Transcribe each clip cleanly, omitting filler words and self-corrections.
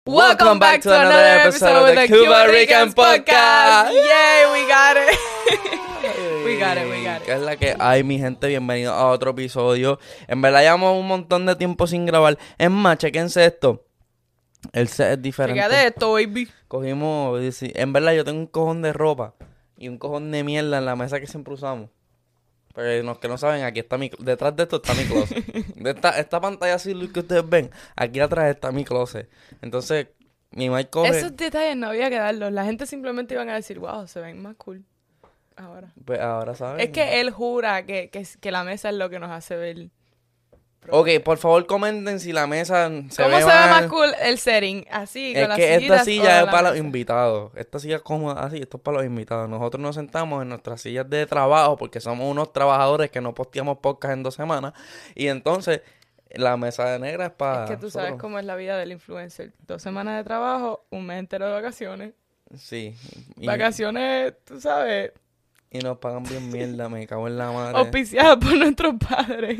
Welcome back to another episode of the Cuba Ricans Podcast. Yay, we got it. We got it. ¿Qué es la que hay, mi gente? Bienvenidos a otro episodio. En verdad llevamos un montón de tiempo sin grabar. Es más, chequense esto. El set es diferente. Fíjate esto, baby. Cogimos, en verdad yo tengo un cojón de ropa y un cojón de mierda en la mesa que siempre usamos. Pero los que no saben, aquí está detrás de esto está mi closet. De esta pantalla azul que ustedes ven, aquí atrás está mi closet. Entonces, mi Mike coge... Esos detalles no había que darlos. La gente simplemente iban a decir, wow, se ven más cool ahora. Pues ahora saben. Es que él jura que la mesa es lo que nos hace ver. Ok, por favor comenten si la mesa se ¿Cómo ve se ve más cool el setting? Así, Es con las que esta sillitas silla o es para la los mesa? invitados. Esta silla es cómoda así, esto es para los invitados. Nosotros nos sentamos en nuestras sillas de trabajo porque somos unos trabajadores que no posteamos podcast en 2 semanas. Y entonces, la mesa de negra es para Es que tú sabes nosotros. cómo es la vida del influencer. 2 semanas de trabajo, un mes entero de vacaciones. Sí. Vacaciones, tú sabes, Y nos pagan bien mierda, me cago en la madre. auspiciadas por nuestros padres.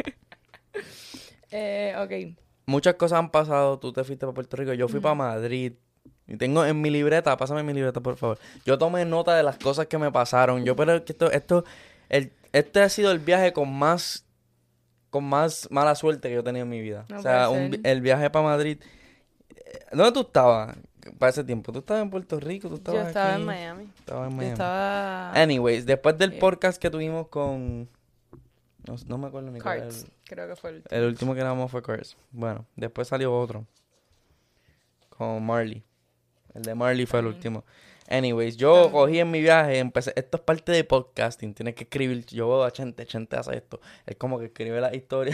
Ok. Muchas cosas han pasado. Tú te fuiste para Puerto Rico, yo fui para Madrid. Y tengo en mi libreta, pásame mi libreta, por favor. Yo tomé nota de las cosas que me pasaron. Pero es que este ha sido el viaje con más mala suerte que yo he tenido en mi vida. No o sea, puede ser. el viaje para Madrid. ¿Dónde tú estabas para ese tiempo? ¿Tú estabas en Puerto Rico? ¿Tú estabas Yo estaba aquí? en Miami. Estabas en Yo Miami. estaba... Anyways, después del Sí. podcast que tuvimos con... No me acuerdo ni cuál era Cards, creo que fue el último. el último que grabamos fue Cards. Bueno, después salió otro. Con Marley. El de Marley fue el último. Anyways, yo cogí en mi viaje, empecé... Esto es parte de podcasting. Tienes que escribir... Yo veo a Chente hace esto. Es como que escribe la historia.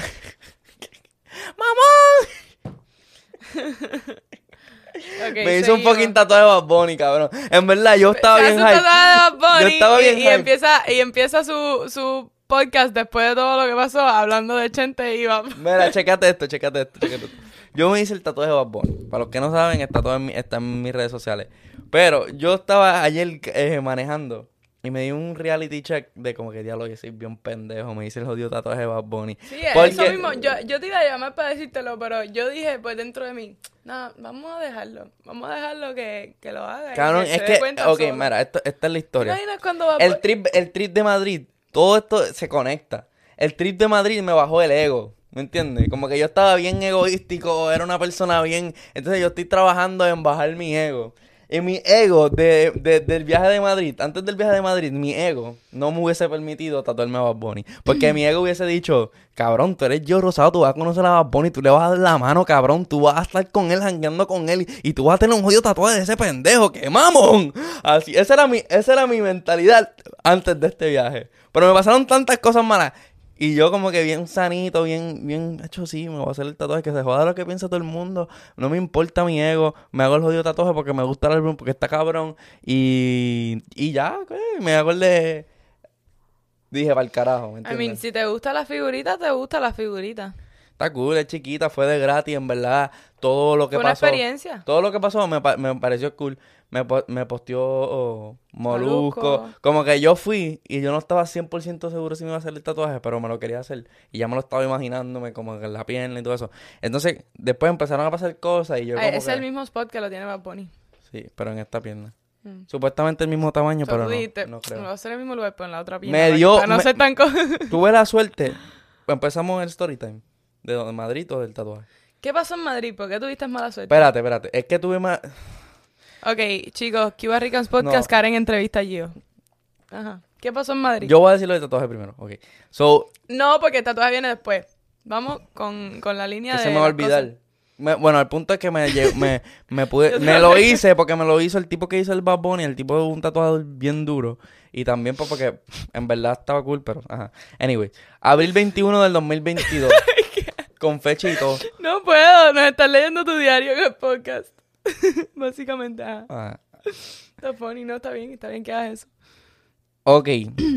¡Mamá! Okay, Me hizo un seguimos. fucking tatuaje de Bad Bunny, cabrón. En verdad, yo estaba Se bien hace un hype. tatuaje de Bad Bunny Yo estaba bien y hype. empieza su podcast después de todo lo que pasó hablando de Chente y Bad Bunny. Mira, chécate esto. Yo me hice el tatuaje de Bad Bunny. Para los que no saben, está en mis redes sociales. Pero yo estaba ayer manejando y me di un reality check de como que diablo, yo soy bien pendejo. Me hice el jodido tatuaje de Bad Bunny. Sí, Porque- eso mismo. Yo te iba a llamar para decírtelo, pero yo dije, pues dentro de mí, no, vamos a dejarlo. Vamos a dejarlo que lo haga. y Cabrón, se es dé que... cuenta Ok, solo. mira, esta es la ¿Te historia. imaginas cuando Bad El Bunny- trip de Madrid, todo esto se conecta. El trip de Madrid me bajó el ego, ¿me entiendes? Como que yo estaba bien egoístico, era una persona bien... Entonces yo estoy trabajando en bajar mi ego. Y mi ego del viaje de Madrid, antes del viaje de Madrid, mi ego no me hubiese permitido tatuarme a Bad Bunny. Porque mi ego hubiese dicho, cabrón, tú eres yo, Rosado, tú vas a conocer a Bad Bunny, tú le vas a dar la mano, cabrón, tú vas a estar con él, jangueando con él, y tú vas a tener un jodido tatuaje de ese pendejo, ¡qué mamón! Así, esa era mi mentalidad antes de este viaje. Pero me pasaron tantas cosas malas. Y yo como que bien sanito, bien hecho, sí, me voy a hacer el tatuaje, que se joda lo que piensa todo el mundo, no me importa mi ego, me hago el jodido tatuaje porque me gusta el álbum, porque está cabrón, y ya, me hago el de... Dije, para el carajo, ¿me I entiendes? mean, si te gusta la figurita, te gusta la figurita. Está cool, es chiquita, fue de gratis, en verdad, todo lo que Fue una pasó... experiencia. Todo lo que pasó me pareció cool. Me posteó Molusco. Molusco. Como que yo fui y yo no estaba 100% seguro si me iba a hacer el tatuaje, pero me lo quería hacer. Y ya me lo estaba imaginándome como que en la pierna y todo eso. Entonces, después empezaron a pasar cosas y yo como Es que... el mismo spot que lo tiene Bad Bunny. Sí, pero en esta pierna. Mm. Supuestamente el mismo tamaño, So, tú pero dijiste, no me creo. va a hacer el mismo lugar, pero en la otra pierna. Me dio- Para no me- ser tan... Tuve la suerte. Empezamos el story time. ¿De Madrid o del tatuaje? ¿Qué pasó en Madrid? ¿Por qué tuviste mala suerte? Espérate. Es que tuve más... Ok, chicos, Cuba Ricans Podcast, No. Karen entrevista a Gio. Ajá. ¿Qué pasó en Madrid? Yo voy a decir lo del tatuaje primero. Ok. So, No, porque el tatuaje viene después. Vamos con la línea que de se me va a las olvidar. cosas. Bueno, el punto es que me pude, Yo me lo hice porque me lo hizo el tipo que hizo el Bad Bunny, el tipo de un tatuador bien duro. Y también pues, porque en verdad estaba cool, pero ajá. Anyway, abril 21 del 2022. Con fecha y todo. No puedo, nos estás leyendo tu diario en el podcast. Básicamente, ajá. Ajá. Está funny, no, está bien que hagas eso. Ok.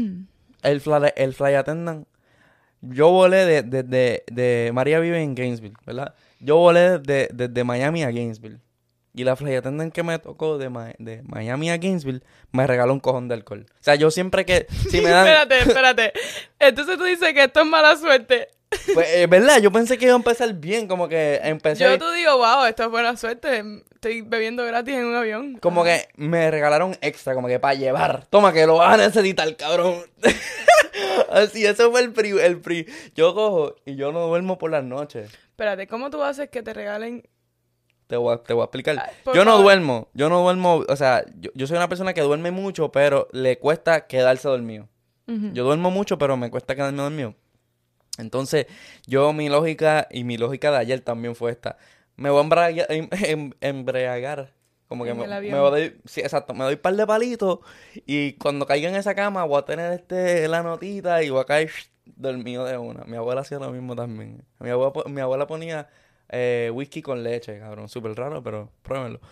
el fly attendant. Yo volé de María vive en Gainesville, ¿verdad? Yo volé desde Miami a Gainesville. Y la flight attendant que me tocó de Miami a Gainesville me regaló un cojón de alcohol. O sea, yo siempre que... Si me dan... Espérate. Entonces tú dices que esto es mala suerte. Pues, ¿verdad? Yo pensé que iba a empezar bien, como que empecé... Yo tú digo, wow, esto es buena suerte. Estoy bebiendo gratis en un avión. Como que me regalaron extra, como que para llevar. Toma, que lo vas a necesitar, cabrón. Así, eso fue el pri. Yo cojo y yo no duermo por las noches. Espérate, ¿cómo tú haces que te regalen? Te voy a explicar. Ay, por Yo no favor. duermo, o sea, yo soy una persona que duerme mucho, pero le cuesta quedarse dormido. Ujú. Yo duermo mucho, pero me cuesta quedarme dormido. Entonces, mi lógica de ayer también fue esta. Me voy a embriagar. Como que En el me avión. voy a dar, sí, exacto, me doy un par de palitos y cuando caiga en esa cama voy a tener la notita y voy a caer dormido de una. Mi abuela hacía lo mismo también. Mi abuela ponía whisky con leche, cabrón. Súper raro, pero pruébenlo.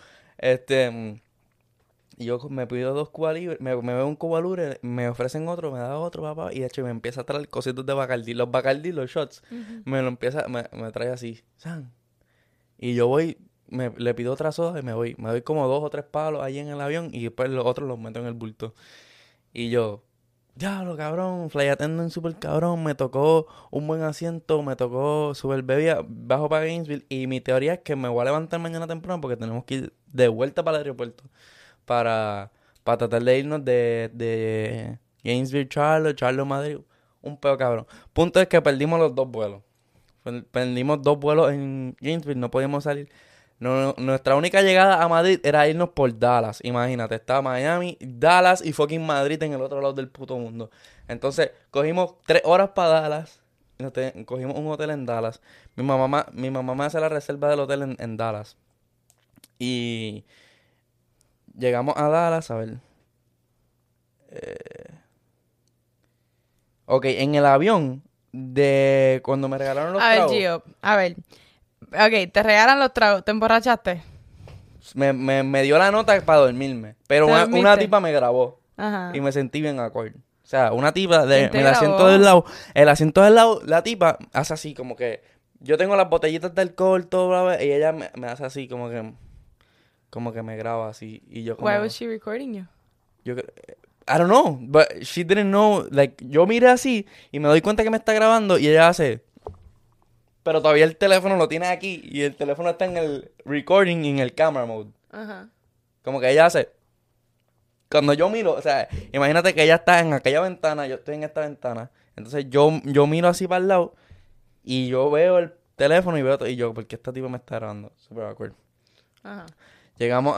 Y yo me pido 2 Cuba Libre, me veo un Cuba Libre, me ofrecen otro, me da otro, papá, y de hecho me empieza a traer cositos de Bacardi. Los Bacardi, los shots, Ujú. me trae así, ¡san! Y yo voy, le pido otra soda y me voy. Me doy como 2 o 3 palos ahí en el avión y después los otros los meto en el bulto. Y yo, diablo, cabrón, flight attendant super cabrón, me tocó un buen asiento, me tocó super bebida, bajo para Gainesville. Y mi teoría es que me voy a levantar mañana temprano porque tenemos que ir de vuelta para el aeropuerto para, para tratar de irnos de Gainesville, Charlotte, Madrid. Un pedo cabrón. Punto es que perdimos los 2 vuelos. Perdimos 2 vuelos en Gainesville, no podíamos salir. Nuestra única llegada a Madrid era irnos por Dallas. Imagínate, estaba Miami, Dallas y fucking Madrid en el otro lado del puto mundo. Entonces, cogimos 3 horas para Dallas. Cogimos un hotel en Dallas. Mi mamá me hace la reserva del hotel en Dallas. Y llegamos a Dallas, a ver. Ok, en el avión de cuando me regalaron los A ver, tragos. Gio, a ver. Ok, te regalan los tragos, ¿te emborrachaste? Me dio la nota para dormirme. Pero ¿Te una dormiste? tipa me grabó Ajá. y me sentí bien acorde. O sea, una tipa ¿Quién te el asiento grabó? del lado, la tipa hace así como que yo tengo las botellitas de alcohol, todo, bla, bla, y ella me hace así como que me graba así y yo como Why was she recording you? yo cre- I don't know, but she didn't know, like yo miré así y me doy cuenta que me está grabando y ella hace pero todavía el teléfono lo tiene aquí y el teléfono está en el recording y en el camera mode. Ajá. Como que ella hace. Cuando yo miro, o sea, imagínate que ella está en aquella ventana, yo estoy en esta ventana. Entonces yo miro así para el lado y yo veo el teléfono y veo todo. Y yo, ¿por qué esta tipa me está grabando? Super awkward. Ajá. Llegamos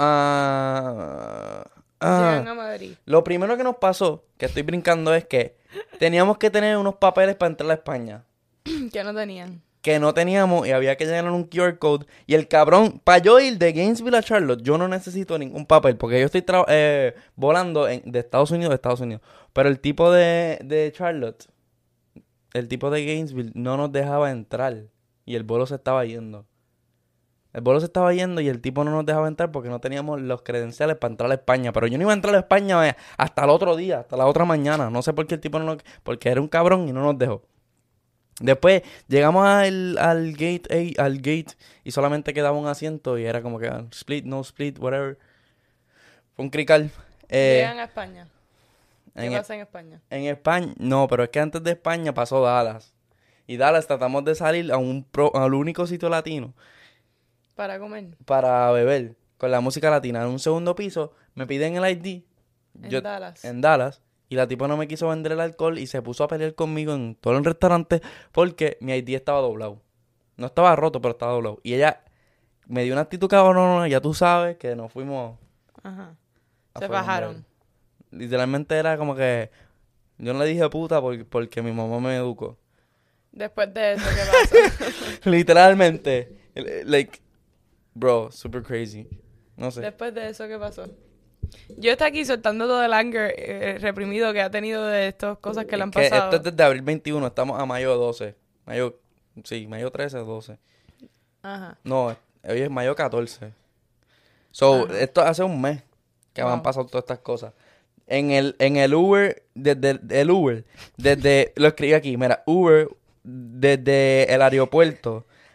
a. Llegan a Madrid. Lo primero que nos pasó, que estoy brincando, es que teníamos que tener unos papeles para entrar a España. Que no tenían. Que no teníamos y había que llenar un QR code. Y el cabrón, para yo ir de Gainesville a Charlotte, yo no necesito ningún papel porque yo estoy volando de Estados Unidos a Estados Unidos. Pero el tipo de Charlotte, el tipo de Gainesville, no nos dejaba entrar. Y el vuelo se estaba yendo. El vuelo se estaba yendo y el tipo no nos dejaba entrar porque no teníamos los credenciales para entrar a España. Pero yo no iba a entrar a España hasta el otro día, hasta la otra mañana. No sé por qué el tipo no nos... Porque era un cabrón y no nos dejó. Después llegamos al gate y solamente quedaba un asiento y era como que split, no split, whatever. Fue un crical. Llegan a España. ¿Qué En, pasa en España? en España, no, pero es que antes de España pasó Dallas. Y Dallas tratamos de salir al único sitio latino Para comer. para beber con la música latina. En un segundo piso me piden el ID. En Dallas. En Dallas. Y la tipa no me quiso vender el alcohol y se puso a pelear conmigo en todo el restaurante porque mi ID estaba doblado. No estaba roto, pero estaba doblado. Y ella me dio una actitud cabrona, ya tú sabes que nos fuimos Ajá. a Se follar. bajaron. Literalmente era como que yo no le dije puta porque mi mamá me educó. Después de eso, ¿qué pasó? Literalmente. Like, bro, super crazy. No sé. Después de eso, ¿qué pasó? Yo estoy aquí soltando todo el anger reprimido que ha tenido de estas cosas que le han Que pasado. esto es desde abril 21, estamos a mayo 12. Mayo 13, 12. Ajá. No, hoy es mayo 14. So, Ajá. esto hace un mes que me han Wow. pasado todas estas cosas. En el Uber, lo escribí aquí, mira, Uber, desde el aeropuerto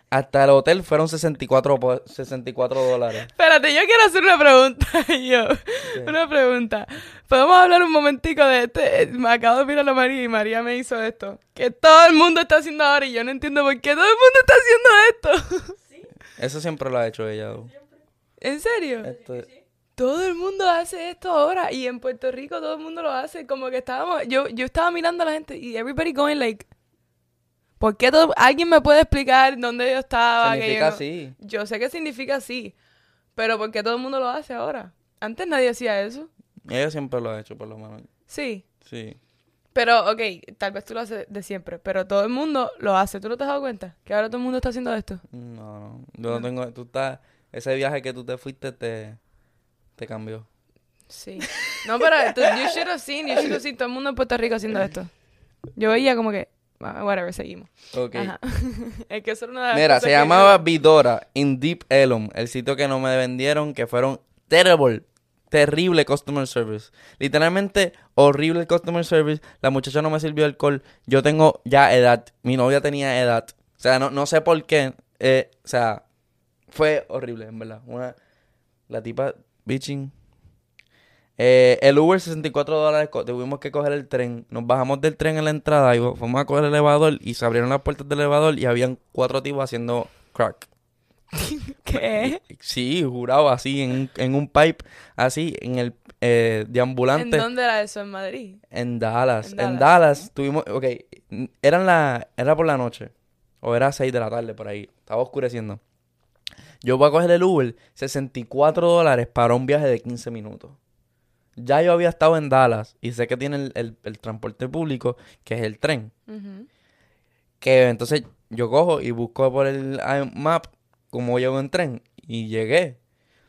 Hasta el hotel fueron $64. Espérate, yo quiero hacer una pregunta. Una pregunta. ¿Podemos hablar un momentico de este? Me acabo de mirar a María y María me hizo esto. Que todo el mundo está haciendo ahora y yo no entiendo por qué todo el mundo está haciendo esto. Eso siempre lo ha hecho ella. ¿En serio? Todo el mundo hace esto ahora y en Puerto Rico todo el mundo lo hace. Como que estábamos... Yo estaba mirando a la gente y everybody going like... ¿Por qué alguien me puede explicar dónde yo estaba? Significa así. Yo sé que significa así, pero ¿por qué todo el mundo lo hace ahora? Antes nadie hacía eso. Ella siempre lo ha hecho, por lo menos. Sí. Sí. Pero, ok, tal vez tú lo haces de siempre, pero todo el mundo lo hace. ¿Tú no te has dado cuenta? Que ahora todo el mundo está haciendo esto. No. Yo no tengo... Tú estás... Ese viaje que tú te fuiste te cambió. Sí. No, pero you should have seen todo el mundo en Puerto Rico haciendo esto. Yo veía como que... Whatever, seguimos. Ok. Ajá. Es que eso era una de las Mira, cosas se que llamaba Vidora in Deep Ellum, el sitio que no me vendieron, que fueron terrible customer service. Literalmente horrible el customer service. La muchacha no me sirvió alcohol. Yo tengo ya edad. Mi novia tenía edad. O sea, no sé por qué. O sea, fue horrible, en verdad. La tipa bitching. El Uber $64, tuvimos que coger el tren, nos bajamos del tren en la entrada y fuimos a coger el elevador y se abrieron las puertas del elevador y habían 4 tipos haciendo crack. ¿Qué? Sí, jurado, así, en un pipe, así, en el deambulante. ¿En dónde era eso? ¿En Madrid? En Dallas. En En Dallas. Dallas tuvimos, era por la noche, o era 6 de la tarde por ahí, estaba oscureciendo. Yo voy a coger el Uber, $64 para un viaje de 15 minutos. Ya yo había estado en Dallas y sé que tiene el transporte público, que es el tren. Uh-huh. Que entonces yo cojo y busco por el map cómo llego en tren. Y llegué.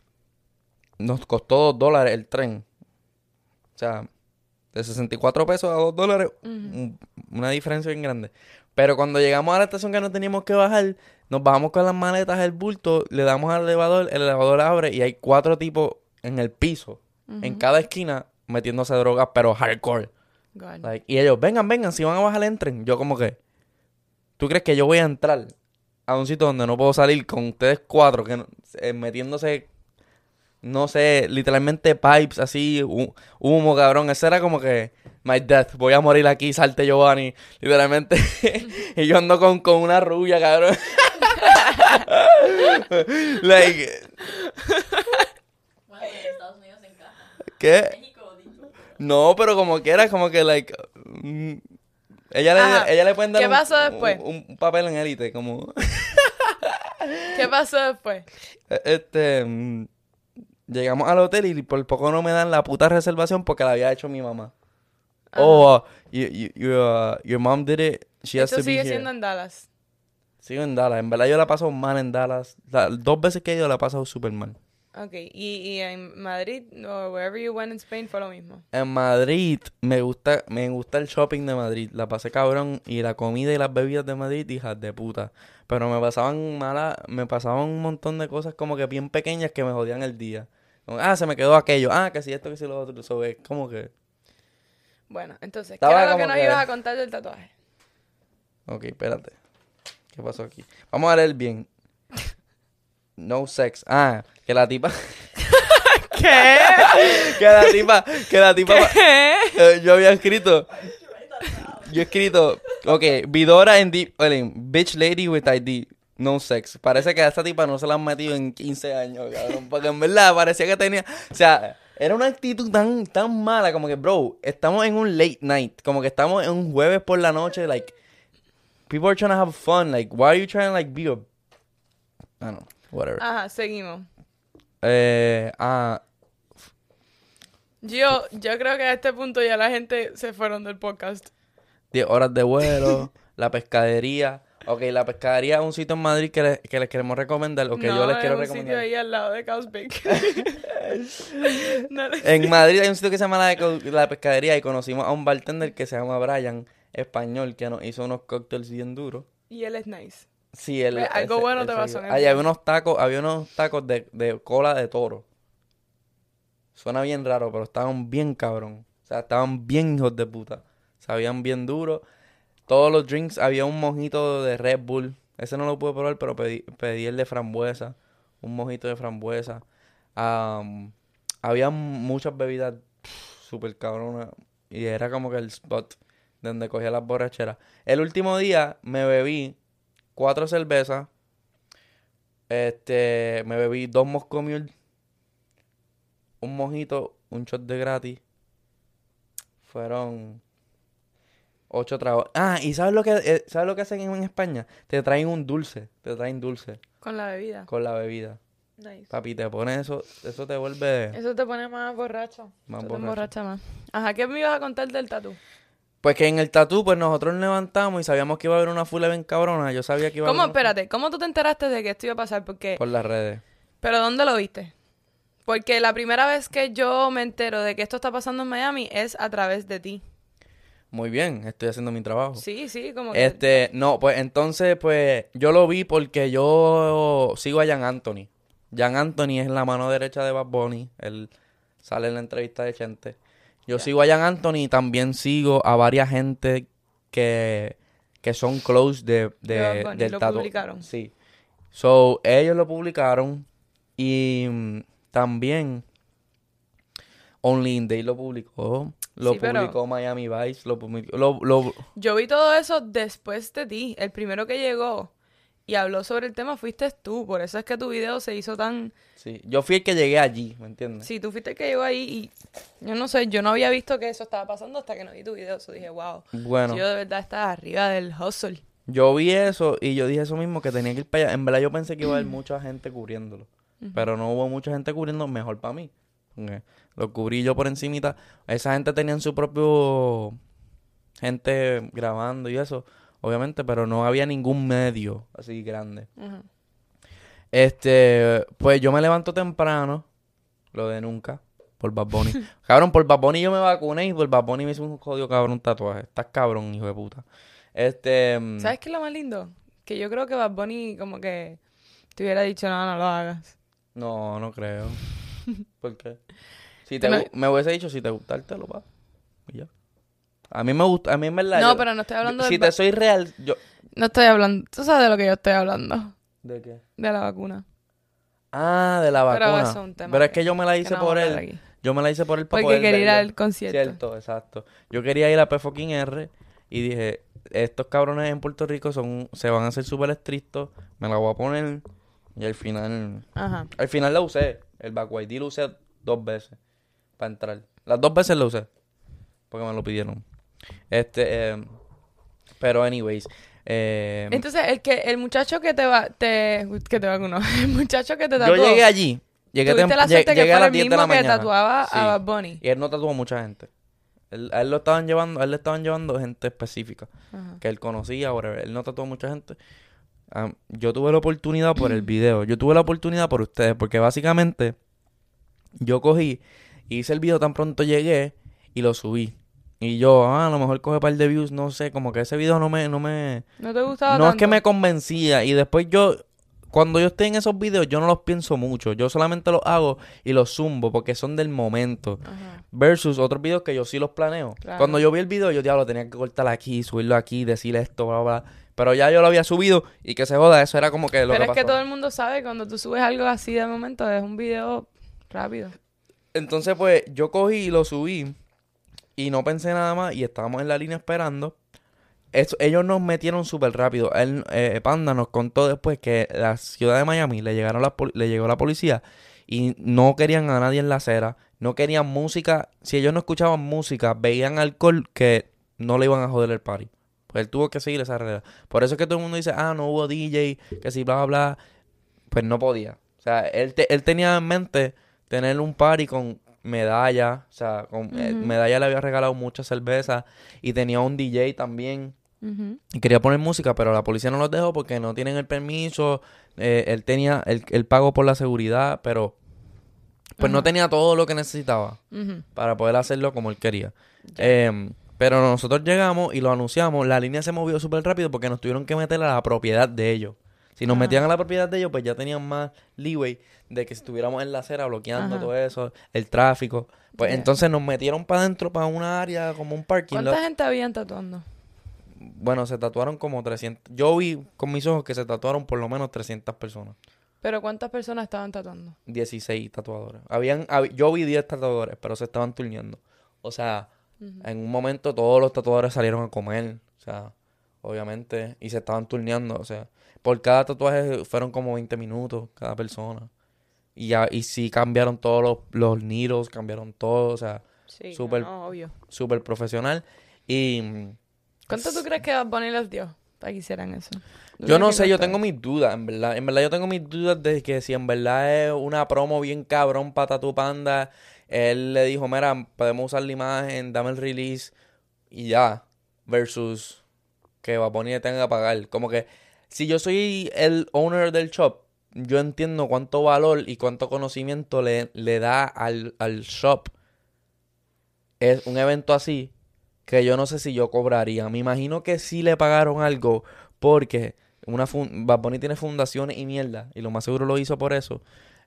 Nos costó $2 el tren. O sea, de 64 pesos a $2, una diferencia bien grande. Pero cuando llegamos a la estación que no teníamos que bajar, nos bajamos con las maletas, el bulto, le damos al elevador, el elevador abre y hay 4 tipos en el piso. En cada esquina metiéndose drogas, pero hardcore. Like, y ellos, vengan, si van a bajar entren. Yo como que, ¿tú crees que yo voy a entrar a un sitio donde no puedo salir con ustedes 4 que metiéndose, no sé, literalmente pipes así, humo, cabrón? Eso era como que, my death, voy a morir aquí, salte Giovanni, literalmente. Y yo ando con una rubia, cabrón. Like... ¿Qué? No, pero como que era como que, like... ella le pueden dar ¿Qué pasó después? un papel en élite, como... ¿Qué pasó después? Llegamos al hotel y por poco no me dan la puta reservación porque la había hecho mi mamá. Oh, your mom did it. She has to Esto be sigue here. siendo en Dallas. Sigo en Dallas. En verdad yo la paso mal en Dallas. 2 veces que he ido la he pasado súper mal. Ok, y en Madrid o wherever you went in Spain fue lo mismo. En Madrid me gusta el shopping de Madrid. La pasé cabrón y la comida y las bebidas de Madrid, hijas de puta. Pero me pasaban un montón de cosas como que bien pequeñas que me jodían el día. Como, se me quedó aquello. Que si esto, que si lo otro. Eso es como que... Bueno, entonces, Estaba ¿qué era lo como que nos que- ibas a contar del tatuaje? Ok, espérate. ¿Qué pasó aquí? Vamos a leer bien. No sex. Que la tipa... ¿Qué? que la tipa... ¿Qué? Yo había escrito... Ok, Vidora en Deep Ellum, bitch lady with ID, no sex. Parece que a esta tipa no se la han metido en 15 años, cabrón. Porque en verdad parecía que tenía... O sea, era una actitud tan mala, como que, bro, estamos en un late night. Como que estamos en un jueves por la noche, like... People are trying to have fun, like, why are you trying to, like, be a... I don't know, whatever. Ajá, seguimos. Yo creo que a este punto ya la gente se fueron del podcast. 10 horas de vuelo, la pescadería. Ok, la pescadería es un sitio en Madrid que les queremos recomendar, o que yo les quiero es un recomendar. sitio ahí al lado de Causbeck. En Madrid hay un sitio que se llama la pescadería y conocimos a un bartender que se llama Brian, español, que nos hizo unos cócteles bien duros. Y él es nice. Sí, Algo bueno te pasó en el había viaje. unos tacos de cola de toro. Suena bien raro, pero estaban bien cabrón. O sea, estaban bien hijos de puta. Sabían bien duro. Todos los drinks, había un mojito de Red Bull. Ese no lo pude probar, pero pedí el de frambuesa. Un mojito de frambuesa. Había muchas bebidas súper cabronas. Y era como que el spot donde cogía las borracheras. El último día me bebí 4 cervezas. Me bebí 2 Moscow Mule, un mojito, un shot de gratis. Fueron 8 tragos. Ah, ¿y sabes lo que hacen en España? Te traen un dulce, te traen dulce Con la bebida. con la bebida. Nice. Papi, te pones eso te vuelve Eso te pone más borracho. más Eso te borracho. emborracha más. Ajá, ¿qué me ibas a contar del tatú? Pues que en el tatú, pues nosotros nos levantamos y sabíamos que iba a haber una full bien cabrona. Yo sabía que iba a ¿Cómo? haber una Espérate, ¿cómo tú te enteraste de que esto iba a pasar? Porque... por las redes. ¿Pero dónde lo viste? Porque la primera vez que yo me entero de que esto está pasando en Miami es a través de ti. Muy bien, estoy haciendo mi trabajo. Sí, como que... No, pues entonces, pues, yo lo vi porque yo sigo a Jan Anthony. Jan Anthony es la mano derecha de Bad Bunny. Él sale en la entrevista de Chente. Yo sigo a Jan Anthony y también sigo a varias gente que son close De Bad Bunny, del lo tatu. publicaron. Sí. So, ellos lo publicaron y también Only in Day lo publicó. Lo Sí, pero- publicó Miami Vice, lo publicó... Yo vi todo eso después de ti. El primero que llegó y habló sobre el tema fuiste tú. Por eso es que tu video se hizo tan... Sí, yo fui el que llegué allí, ¿me entiendes? Sí, tú fuiste el que llegó ahí y... Yo no sé, yo no había visto que eso estaba pasando hasta que no vi tu video. Eso dije, wow. Bueno, Yo de verdad estaba arriba del hustle. yo vi eso y yo dije eso mismo, que tenía que ir para allá. En verdad yo pensé que iba a haber mucha gente cubriéndolo. Pero no hubo mucha gente cubriendo, mejor para mí. Porque lo cubrí yo por encimita. Esa gente tenían su propio gente grabando y eso, obviamente, pero no había ningún medio así grande. Ajá. Pues yo me levanto temprano, lo de nunca, por Bad Bunny. Cabrón, por Bad Bunny yo me vacuné y por Bad Bunny me hizo un jodido cabrón tatuaje. Estás cabrón, hijo de puta. ¿Sabes qué es lo más lindo? Que yo creo que Bad Bunny como que te hubiera dicho, no, no lo hagas. No, no creo. ¿Por qué? Si Tú no- me hubiese dicho, si te gusta el telo, pa. Y ya. A mí me gusta, a mí en verdad. No, pero no estoy hablando si del... te soy real, yo... No estoy hablando... Tú sabes de lo que yo estoy hablando. ¿De qué? De la vacuna. Ah, de la Pero vacuna. eso es un tema Pero es que- que yo me la que hice no vamos por a él. hablar aquí. Yo me la hice por él para Porque poder quería ir verlo. al concierto. Cierto, exacto. Yo quería ir a P.R. y dije, estos cabrones en Puerto Rico se van a hacer súper estrictos, me la voy a poner y al final Ajá. la usé. El Back ID lo usé 2 veces para entrar. Las 2 veces lo usé porque me lo pidieron. Pero anyways, Entonces, el muchacho que que te vacunó, el muchacho que te yo tatuó, llegué allí. tuviste la suerte que llegué a fuera las el 10 de mismo la que mañana. tatuaba Sí. a Bad Bunny. Y él no tatuó a mucha gente. A él le estaban llevando gente específica Ajá. que él conocía, whatever. Él no tatuó a mucha gente. Yo tuve la oportunidad por el video. Yo tuve la oportunidad por ustedes. Porque básicamente yo cogí, hice el video tan pronto llegué y lo subí. Y yo, a lo mejor coge un par de views, no sé. Como que ese video no me... ¿No te gustaba No tanto? es que me convencía. Y después cuando yo estoy en esos videos, yo no los pienso mucho. Yo solamente los hago y los zumbo porque son del momento. Ajá. Versus otros videos que yo sí los planeo. Claro. Cuando yo vi el video, yo diablo, tenía que cortar aquí, subirlo aquí, decir esto, bla, bla. Pero ya yo lo había subido y que se joda, eso era como que lo Pero que es que pasó. todo el mundo sabe cuando tú subes algo así de momento, es un video rápido. Entonces, pues, yo cogí y lo subí y no pensé nada más y estábamos en la línea esperando. Ellos nos metieron súper rápido. Panda nos contó después que la ciudad de Miami le llegó la policía y no querían a nadie en la acera, no querían música. Si ellos no escuchaban música, veían alcohol, que no le iban a joder el party. Pues él tuvo que seguir esa regla. Por eso es que todo el mundo dice, no hubo DJ, que si bla, bla, bla. Pues no podía. O sea, él tenía en mente tener un party con medalla. O sea, con medalla le había regalado muchas cervezas y tenía un DJ también. Ujú. Y quería poner música, pero la policía no los dejó porque no tienen el permiso. Él tenía el pago por la seguridad, pero pues no tenía todo lo que necesitaba Ujú. para poder hacerlo como él quería. Pero nosotros llegamos y lo anunciamos. La línea se movió súper rápido porque nos tuvieron que meter a la propiedad de ellos. Si nos metían a la propiedad de ellos, pues ya tenían más leeway de que si estuviéramos en la acera bloqueando todo eso, el tráfico. Pues Ya. entonces nos metieron para adentro, para una área como un parking lot. ¿Cuánta gente habían tatuando? Bueno, se tatuaron como 300. Yo vi con mis ojos que se tatuaron por lo menos 300 personas. ¿Pero cuántas personas estaban tatuando? 16 tatuadores. Yo vi 10 tatuadores, pero se estaban turneando. O sea, en un momento todos los tatuadores salieron a comer. O sea, obviamente. Y se estaban turneando. O sea, por cada tatuaje fueron como 20 minutos cada persona. Y sí cambiaron todos los needles, cambiaron todo. O sea, Sí, súper obvio. súper profesional. Y ¿Cuánto tú crees que Bad Bunny les dio para que hicieran eso? yo no sé, yo tengo mis dudas, en verdad. En verdad yo tengo mis dudas de que si en verdad es una promo bien cabrón para Tatu Panda. Él le dijo, mira, podemos usar la imagen, dame el release y ya. Versus que Bad Bunny le tenga que pagar. Como que si yo soy el owner del shop, yo entiendo cuánto valor y cuánto conocimiento le da al shop. Es un evento así que yo no sé si yo cobraría. Me imagino que sí le pagaron algo porque Bad Bunny tiene fundaciones y mierda. Y lo más seguro lo hizo por eso.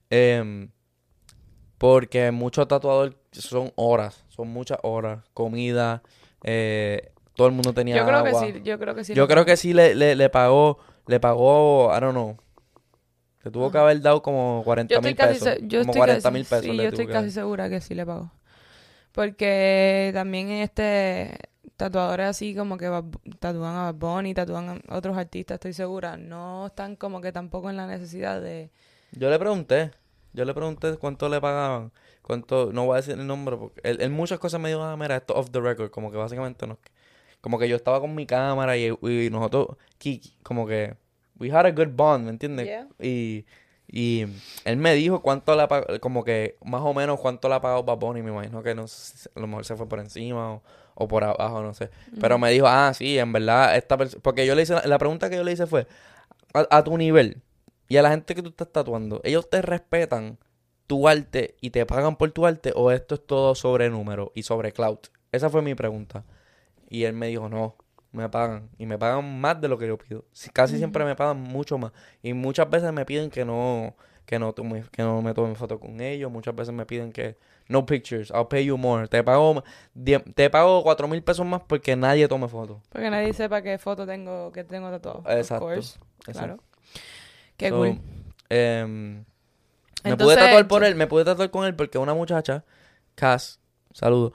Porque muchos tatuadores son horas. Son muchas horas. Comida. Todo el mundo tenía Yo creo agua. que sí, yo creo que sí. Yo creo que sí le pagó. Le pagó, I don't know. Le tuvo que haber dado como 40,000 pesos. Como 40,000 pesos. Sí, le yo tuvo estoy que casi dar. segura que sí le pagó. Porque también tatuadores así como que tatúan a Bad Bunny, tatúan a otros artistas, estoy segura. No están como que tampoco en la necesidad de... Yo le pregunté cuánto le pagaban, cuánto, no voy a decir el nombre, porque él muchas cosas me dijo, mira, esto off the record, como que básicamente no, como que yo estaba con mi cámara y nosotros, como que, we had a good bond, ¿me entiendes? Yeah. Y él me dijo cuánto le pagó, como que más o menos cuánto le ha pagado Bad Bunny, me imagino que no sé, a lo mejor se fue por encima o por abajo, no sé. Pero me dijo, sí, en verdad, porque yo le hice, la pregunta que yo le hice fue, a tu nivel y a la gente que tú estás tatuando, ¿ellos te respetan tu arte y te pagan por tu arte o esto es todo sobre número y sobre clout? Esa fue mi pregunta. Y él me dijo, no, me pagan. Y me pagan más de lo que yo pido. Casi siempre me pagan mucho más. Y muchas veces me piden que no me tome foto con ellos. Muchas veces me piden que no pictures, I'll pay you more. Te pago 4,000 pesos más porque nadie tome fotos. Porque nadie sepa qué foto que tengo tatuado. Exacto. Of course. Claro. Exacto. Qué cool. Me pude Entonces, tatuar por él, me pude tatuar con él porque una muchacha, Cass, saludo,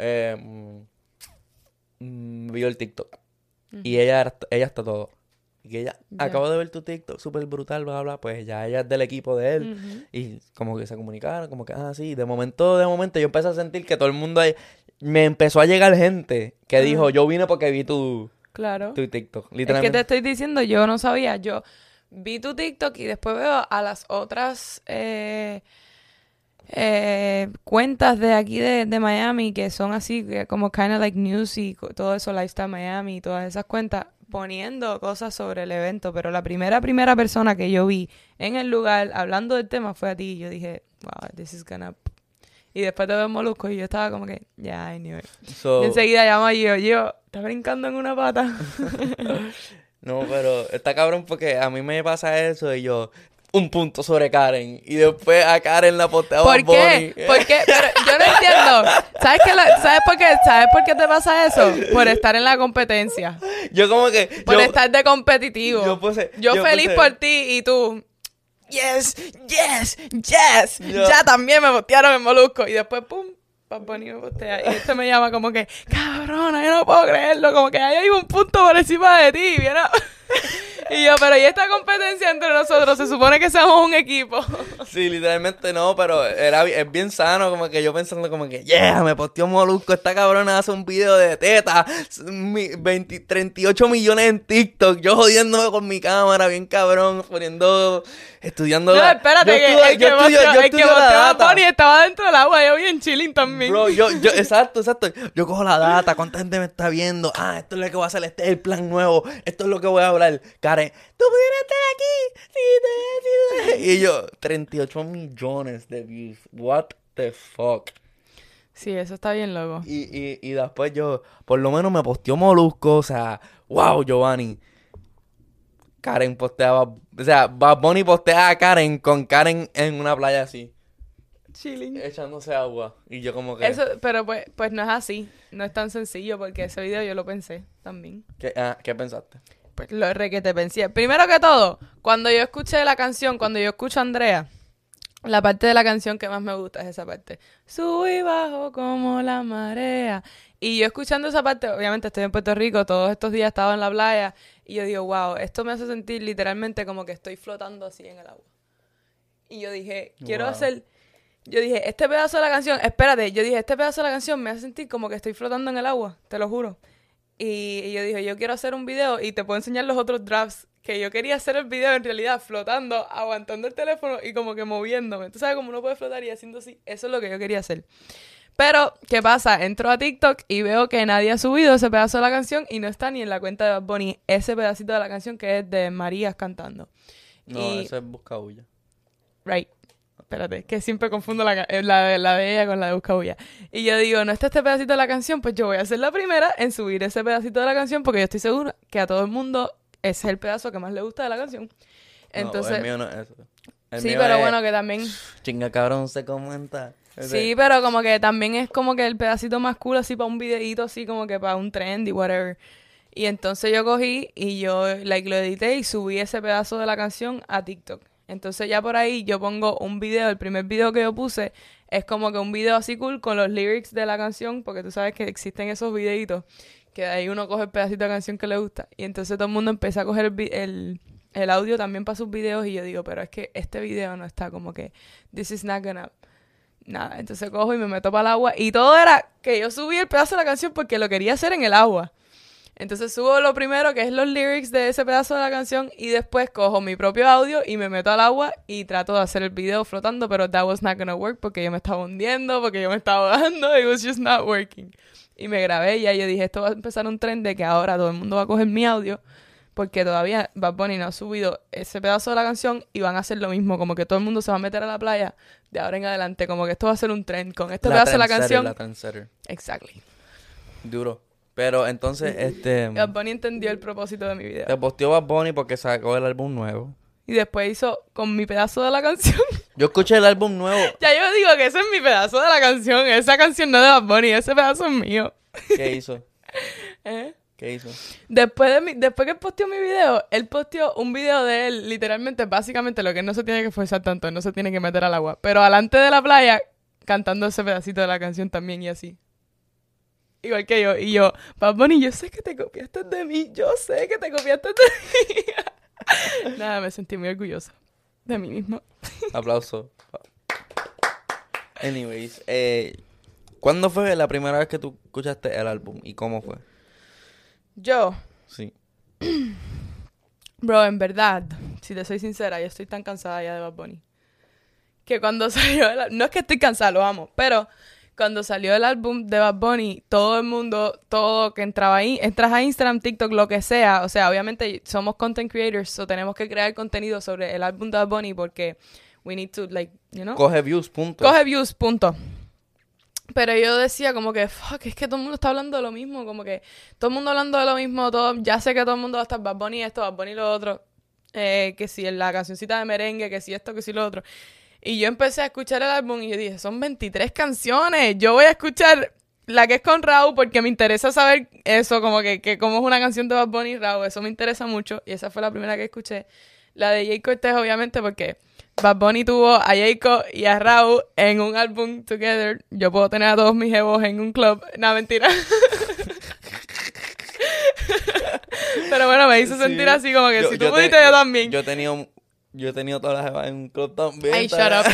vio el TikTok. Y ella está todo. Y que ella, acabo de ver tu TikTok, súper brutal, bla, bla, pues ya ella es del equipo de él. Y como que se comunicaron, como que, sí. De momento, yo empecé a sentir que todo el mundo ahí, me empezó a llegar gente que dijo, yo vine porque vi tu TikTok. Literalmente. Es que te estoy diciendo, yo no sabía, yo vi tu TikTok y después veo a las otras cuentas de aquí de Miami que son así como kind of like news y todo eso, Lifestyle Miami y todas esas cuentas poniendo cosas sobre el evento, pero la primera persona que yo vi en el lugar hablando del tema fue a ti y yo dije, wow, this is gonna... Y después te veo en Molusco y yo estaba como que, yeah, I knew it. Y enseguida llamo a Gio, está brincando en una pata. No, pero está cabrón porque a mí me pasa eso y yo, un punto sobre Karen. Y después a Karen la posteaba ¿Por qué? ¿Por qué? Pero yo no entiendo. ¿Sabes por qué te pasa eso? Por estar en la competencia. Yo como que... Por estar de competitivo. Yo feliz por ti y tú... Yes. Ya también me postearon en Molusco. Y después, pum, Bad Bunny me postea. Y este me llama como que, cabrona, yo no puedo creerlo. Como que ahí hay un punto por encima de ti. ¿Viene? Y yo, pero ¿y esta competencia entre nosotros? Se supone que somos un equipo. Sí, literalmente no, pero es bien sano, como que yo pensando como que, yeah, me posteó Molusco, esta cabrona hace un video de teta, 38 millones en TikTok, yo jodiéndome con mi cámara, bien cabrón, estudiando... No, espérate, el que mostró a Bonnie estaba dentro del agua, yo bien chilling también. Bro, exacto, yo cojo la data, cuánta gente me está viendo, esto es lo que voy a hacer, este es el plan nuevo, esto es lo que voy a hablar, Karen, tú pudieras estar aquí, sí. Y yo, 38 millones de views, what the fuck. Sí, eso está bien loco. Y después yo, por lo menos me posteó Molusco, o sea, wow, Giovanni. Karen posteaba, o sea, Bad Bunny postea a Karen con Karen en una playa así. chilling. Echándose agua. Y yo como que... Eso, pero pues no es así. No es tan sencillo porque ese video yo lo pensé también. ¿Qué pensaste? Pues lo requete pensé. Primero que todo, cuando yo escuché la canción, cuando yo escucho a Andrea, la parte de la canción que más me gusta es esa parte. Subo y bajo como la marea. Y yo escuchando esa parte, obviamente estoy en Puerto Rico, todos estos días he estado en la playa, y yo digo, wow, esto me hace sentir literalmente como que estoy flotando así en el agua. Y yo dije, quiero hacer... Yo dije, este pedazo de la canción, espérate, yo dije, este pedazo de la canción me hace sentir como que estoy flotando en el agua, te lo juro. Y yo dije, yo quiero hacer un video y te puedo enseñar los otros drafts, que yo quería hacer el video en realidad flotando, aguantando el teléfono y como que moviéndome. Tú sabes cómo uno puede flotar y haciendo así. Eso es lo que yo quería hacer. Pero, ¿qué pasa? Entro a TikTok y veo que nadie ha subido ese pedazo de la canción y no está ni en la cuenta de Bad Bunny ese pedacito de la canción que es de Marías cantando. No, eso es Buscabulla. Right. Espérate, que siempre confundo la de ella con la de Buscabulla. Y yo digo, no está este pedacito de la canción, pues yo voy a ser la primera en subir ese pedacito de la canción porque yo estoy segura que a todo el mundo ese es el pedazo que más le gusta de la canción. Entonces, no, el mío no es eso. Sí, pero bueno, que también... Chinga cabrón, se comenta. Sí, pero como que también es como que el pedacito más cool así para un videíto así como que para un trend y whatever. Y entonces yo cogí y yo lo edité y subí ese pedazo de la canción a TikTok. Entonces ya por ahí yo pongo un video, el primer video que yo puse es como que un video así cool con los lyrics de la canción, porque tú sabes que existen esos videitos que de ahí uno coge el pedacito de canción que le gusta. Y entonces todo el mundo empieza a coger el audio también para sus videos y yo digo, pero es que este video no está como que this is not gonna... Nada, entonces cojo y me meto para el agua y todo era que yo subí el pedazo de la canción porque lo quería hacer en el agua. Entonces subo lo primero, que es los lyrics de ese pedazo de la canción, y después cojo mi propio audio y me meto al agua y trato de hacer el video flotando, pero that was not gonna work porque yo me estaba hundiendo, porque yo me estaba ahogando, it was just not working. Y me grabé y ya yo dije, esto va a empezar un tren de que ahora todo el mundo va a coger mi audio, porque todavía Bad Bunny no ha subido ese pedazo de la canción y van a hacer lo mismo, como que todo el mundo se va a meter a la playa de ahora en adelante, como que esto va a ser un tren con este pedazo de la canción. La trendsetter. Exactly. Duro. Pero entonces, Bad Bunny entendió el propósito de mi video. Te posteó Bad Bunny porque sacó el álbum nuevo. Y después hizo con mi pedazo de la canción. Yo escuché el álbum nuevo. Ya yo digo que ese es mi pedazo de la canción. Esa canción no es de Bad Bunny, ese pedazo es mío. ¿Qué hizo? ¿Qué hizo? Después que posteó mi video, él posteó un video de él, literalmente, básicamente lo que él no se tiene que esforzar tanto, él no se tiene que meter al agua. Pero alante de la playa, cantando ese pedacito de la canción también y así. Igual que yo. Y yo, Bad Bunny, yo sé que te copiaste de mí. Yo sé que te copiaste de mí. Nada, me sentí muy orgullosa de mí misma. Aplauso. Anyways, ¿cuándo fue la primera vez que tú escuchaste el álbum? ¿Y cómo fue? Yo. Sí. Bro, en verdad, si te soy sincera, yo estoy tan cansada ya de Bad Bunny. Que cuando salió no es que estoy cansada, lo amo, pero... Cuando salió el álbum de Bad Bunny, todo el mundo, todo que entraba ahí, entras a Instagram, TikTok, lo que sea, o sea, obviamente somos content creators, so tenemos que crear contenido sobre el álbum de Bad Bunny porque we need to, like, you know? Coge views, punto. Coge views, punto. Pero yo decía como que, fuck, es que todo el mundo está hablando de lo mismo, como que todo el mundo hablando de lo mismo, todo, ya sé que todo el mundo va a estar Bad Bunny esto, Bad Bunny lo otro, que si en la cancioncita de merengue, que si esto, que si lo otro. Y yo empecé a escuchar el álbum y yo dije, son 23 canciones, yo voy a escuchar la que es con Raúl porque me interesa saber eso, como que cómo es una canción de Bad Bunny y Raúl, eso me interesa mucho. Y esa fue la primera que escuché. La de Jay Cortez, obviamente, porque Bad Bunny tuvo a Jayco y a Raúl en un álbum together. Yo puedo tener a todos mis jevos en un club. No, mentira. Pero bueno, me hizo sentir así como que si tú pudiste, yo también. Yo he tenido todas las jevas en un club también. Ay, shut up.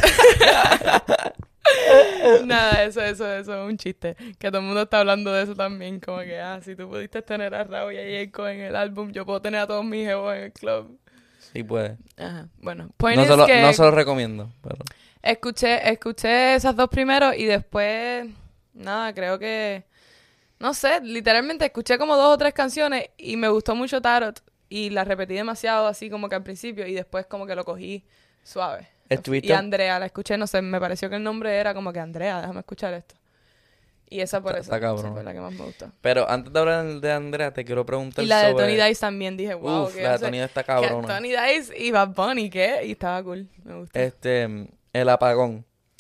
Nada, eso es un chiste. Que todo el mundo está hablando de eso también. Como que, si tú pudiste tener a Raúl y a Jayco en el álbum, yo puedo tener a todos mis jevos en el club. Sí puede. Ajá, bueno. No se lo recomiendo, pero... Escuché esas dos primero y después, nada, creo que... No sé, literalmente escuché como 2 o 3 canciones y me gustó mucho Tarot. Y la repetí demasiado así como que al principio y después como que lo cogí suave. Y Andrea, la escuché, no sé, me pareció que el nombre era como que Andrea, déjame escuchar esto. Y esa por eso esa fue la que más me gustó. Pero antes de hablar de Andrea, te quiero preguntar sobre... Y la de Tony Dice también, dije, wow. Uf, la de Tony Dice está cabrona. Tony Dice y Bad Bunny, ¿qué? Y estaba cool, me gustó. El apagón.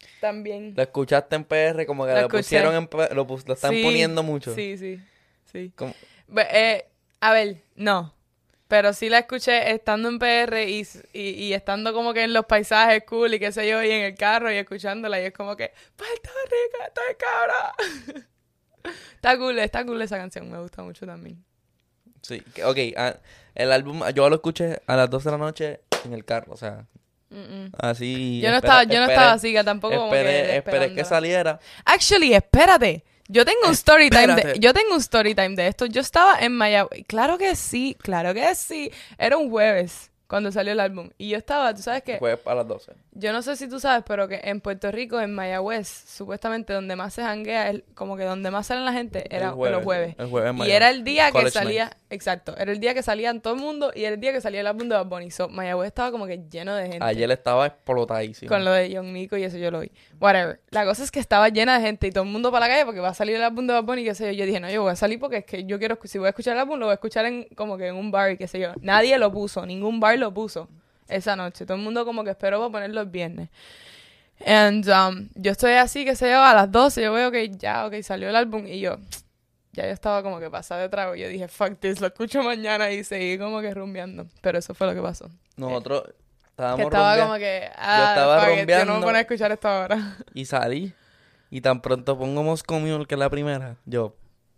también. ¿Lo escuchaste en PR? Como que Lo lo pusieron escuché. lo están poniendo mucho. Sí. Como- A ver, no. Pero sí la escuché estando en PR y estando como que en los paisajes cool y qué sé yo, y en el carro y escuchándola. Y es como que, Puerto Rico, estoy cabrón. Está cool esa canción, me gusta mucho también. Sí, ok. El álbum, yo lo escuché a las 12 de la noche en el carro, o sea, así. Yo no estaba así, que tampoco como que esperé que esperándola. saliera. Actually, espérate. Yo tengo un story time Espérate. de esto. Yo estaba en Mayagüez. Claro que sí. Era un jueves cuando salió el álbum. Y yo estaba, tú sabes que, Fue a las 12. yo no sé si tú sabes, pero que en Puerto Rico, en Mayagüez, supuestamente donde más se janguea, como que donde más salen la gente, era los jueves. El jueves en Y Mayagüez. era el día que College salía, night. exacto, era el día que salían todo el mundo y era el día que salía el álbum de Bad Bunny. So, Mayagüez estaba como que lleno de gente. Ayer estaba explotadísimo. Con lo de John Mico y eso yo lo vi. Whatever. La cosa es que estaba llena de gente y todo el mundo para la calle porque va a salir el álbum de Bad Bunny y qué sé yo. Yo dije, no, yo voy a salir porque es que yo quiero, si voy a escuchar el álbum, lo voy a escuchar como que en un bar y qué sé yo. Nadie lo puso, ningún bar lo puso esa noche. Todo el mundo como que esperó para ponerlo el viernes. And yo estoy así, qué sé yo, a las 12 yo veo que ya, ok, salió el álbum y yo estaba como que pasada de trago. Yo dije, fuck this, lo escucho mañana y seguí como que rumbeando. Pero eso fue lo que pasó. Nosotros estábamos Que estaba rumbeando como que, yo estaba fuck it, yo no rumbeando. me voy a poner a escuchar esto ahora. y salí. Y tan pronto pongo Moscow Mule, que es la primera, yo...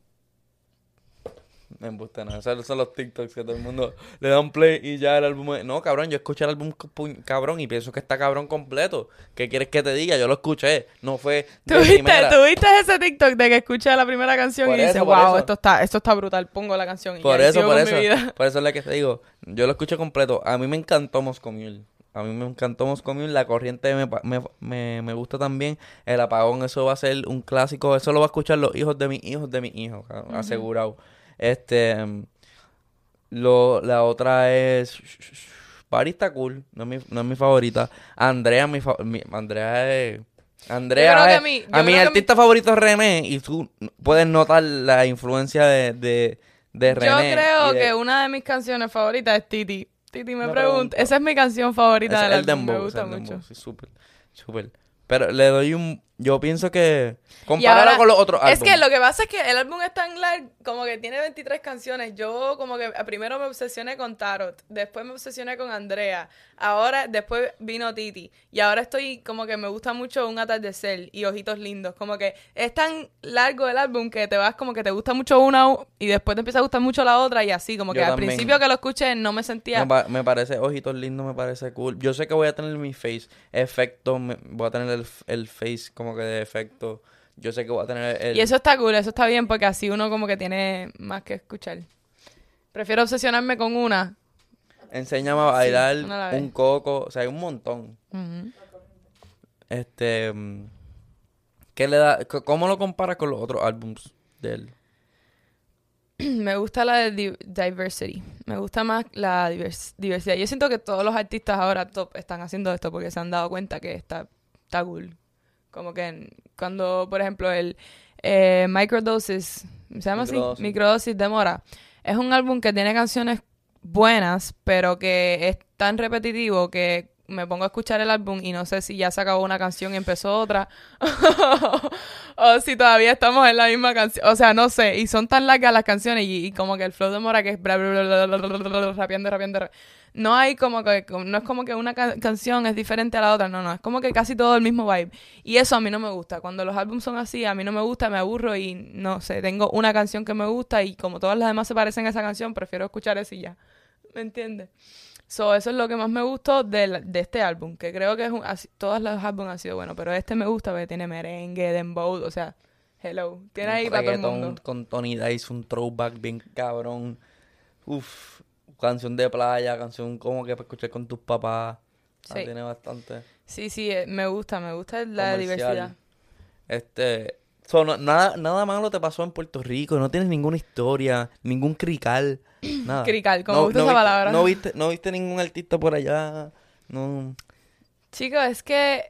Me embuste nada. Esos son los TikToks que todo el mundo le da un play y ya el álbum... No, cabrón, yo escuché el álbum cabrón y pienso que está cabrón completo. ¿Qué quieres que te diga? Yo lo escuché. No fue de primera. ¿Tuviste ese TikTok de que escuché la primera canción Por y dices, eso, por wow, eso. esto está brutal, pongo la canción y Por ya, y eso, sigo por con eso. mi vida? Por eso es la que te digo. Yo lo escuché completo. A mí me encantó Moscow Mule. A mí me encantó Moscow Mule. La corriente me gusta también. El apagón, eso va a ser un clásico. Eso lo va a escuchar los hijos de mis hijos, cabrón, asegurado. La otra es... Party está cool. No es mi favorita. Andrea, Andrea es... Andrea Yo creo que es... a mí- yo a mi creo que artista favorito es René. Y tú puedes notar la influencia de Yo René. creo y de- que una de mis canciones favoritas es Titi. Titi me Me pregunta. pregunto. Esa es mi canción favorita Ese del es el álbum, me dembow. gusta ese es el mucho. dembow, sí, súper. Pero le doy un... Yo pienso que... Y Compáralo ahora, con los otros álbumes. es que lo que pasa es que el álbum es tan largo, como que tiene 23 canciones. Yo como que primero me obsesioné con Tarot, después me obsesioné con Andrea, después vino Titi, y ahora estoy como que me gusta mucho Un Atardecer y Ojitos Lindos. Como que es tan largo el álbum que te vas como que te gusta mucho una y después te empieza a gustar mucho la otra y así. Como Yo que al también. principio que lo escuché no me sentía... Me parece, Ojitos Lindos me parece cool. Yo sé que voy a tener mi face efecto, voy a tener el face como que de efecto. Yo sé que voy a tener el... Y eso está cool, eso está bien porque así uno como que tiene más que escuchar. Prefiero obsesionarme con una. Enséñame a bailar, una a la vez. un coco, o sea, hay un montón. Ujú. ¿Qué le da? ¿Cómo lo comparas con los otros álbums de él? Me gusta la de Diversity. Me gusta más la diversidad. Yo siento que todos los artistas ahora top están haciendo esto porque se han dado cuenta que está cool. Como que cuando, por ejemplo, el Microdosis, ¿se llama así? Microdosis. Microdosis de Mora. Es un álbum que tiene canciones buenas, pero que es tan repetitivo que me pongo a escuchar el álbum y no sé si ya se acabó una canción y empezó otra. O si todavía estamos en la misma canción. O sea, no sé. Y son tan largas las canciones y como que el flow de Mora que es bla, bla, bla, bla, bla, bla, bla, rapeando. No hay como que... No es como que una canción es diferente a la otra. No. Es como que casi todo el mismo vibe. Y eso a mí no me gusta. Cuando los álbumes son así, a mí no me gusta, me aburro y no sé. Tengo una canción que me gusta y como todas las demás se parecen a esa canción, prefiero escuchar esa y ya. ¿Me entiendes? Eso es lo que más me gustó de este álbum, que creo que todos los álbumes han sido buenos, pero este me gusta porque tiene merengue, dembow, o sea, hello, tiene ahí para todo el mundo. Con Tony Dice, un throwback bien cabrón. Uf, canción de playa, canción como que para escuchar con tus papás. Sí. Tiene bastante Sí, me gusta la comercial. diversidad. Nada malo te pasó en Puerto Rico, no tienes ninguna historia, ningún crical, nada. Crical, como gusta esa palabra. No viste ningún artista por allá, no. Chicos, es que,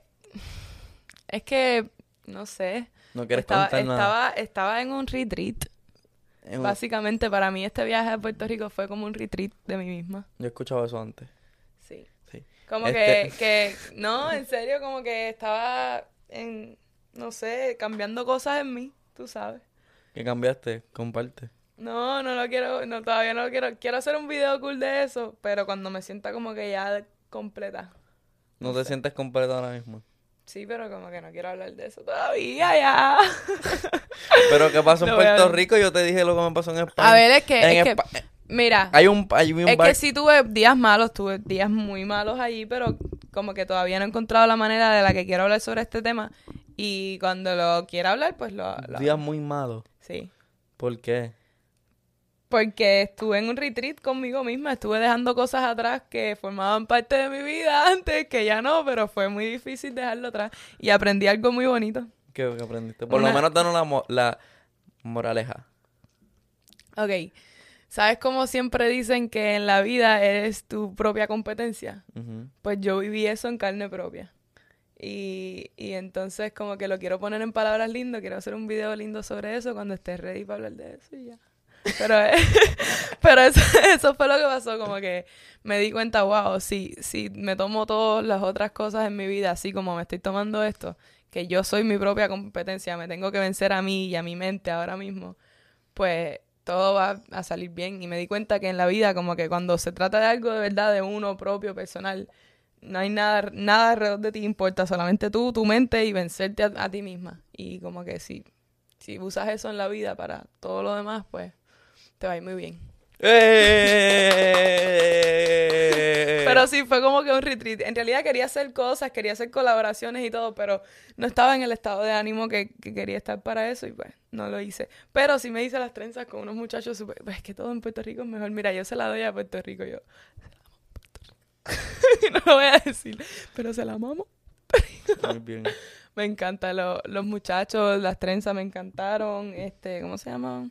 no sé. No quieres contar nada. Estaba en un retreat. Básicamente, para mí este viaje a Puerto Rico fue como un retreat de mí misma. Yo he escuchado eso antes. Sí. Sí. Como no, en serio, como que estaba no sé, cambiando cosas en mí, tú sabes. ¿Qué cambiaste? Comparte. No lo quiero, no, todavía no lo quiero. Quiero hacer un video cool de eso, pero cuando me sienta como que ya completa. No te sientes completa ahora mismo. Sí, pero como que no quiero hablar de eso todavía, ya. Pero ¿qué pasó en Puerto Rico? Yo te dije lo que me pasó en España. A ver, es que mira, hay un es que sí tuve días muy malos allí, pero como que todavía no he encontrado la manera de la que quiero hablar sobre este tema. Y cuando lo quiera hablar, pues lo días muy malos. Sí. ¿Por qué? Porque estuve en un retreat conmigo misma, estuve dejando cosas atrás que formaban parte de mi vida antes, que ya no, pero fue muy difícil dejarlo atrás. Y aprendí algo muy bonito. ¿Qué aprendiste? Por lo menos danos la moraleja. Ok. ¿Sabes cómo siempre dicen que en la vida eres tu propia competencia? Uh-huh. Pues yo viví eso en carne propia. Y entonces como que lo quiero poner en palabras lindas, quiero hacer un video lindo sobre eso cuando esté ready para hablar de eso y ya. Pero eso fue lo que pasó, como que me di cuenta, wow, si me tomo todas las otras cosas en mi vida, así como me estoy tomando esto, que yo soy mi propia competencia, me tengo que vencer a mí y a mi mente ahora mismo, pues todo va a salir bien. Y me di cuenta que en la vida, como que cuando se trata de algo de verdad, de uno propio, personal, no hay nada alrededor de ti importa, solamente tú, tu mente y vencerte a ti misma. Y como que si usas eso en la vida para todo lo demás, pues te va a ir muy bien. Pero sí, fue como que un retreat. En realidad quería hacer cosas, quería hacer colaboraciones y todo, pero no estaba en el estado de ánimo que quería estar para eso y pues no lo hice. Pero sí me hice las trenzas con unos muchachos súper... Pues es que todo en Puerto Rico es mejor. Mira, yo se la doy a Puerto Rico, yo... No lo voy a decir, pero se la amamos. Muy bien. Me encanta, los muchachos, las trenzas me encantaron. ¿Cómo se llama?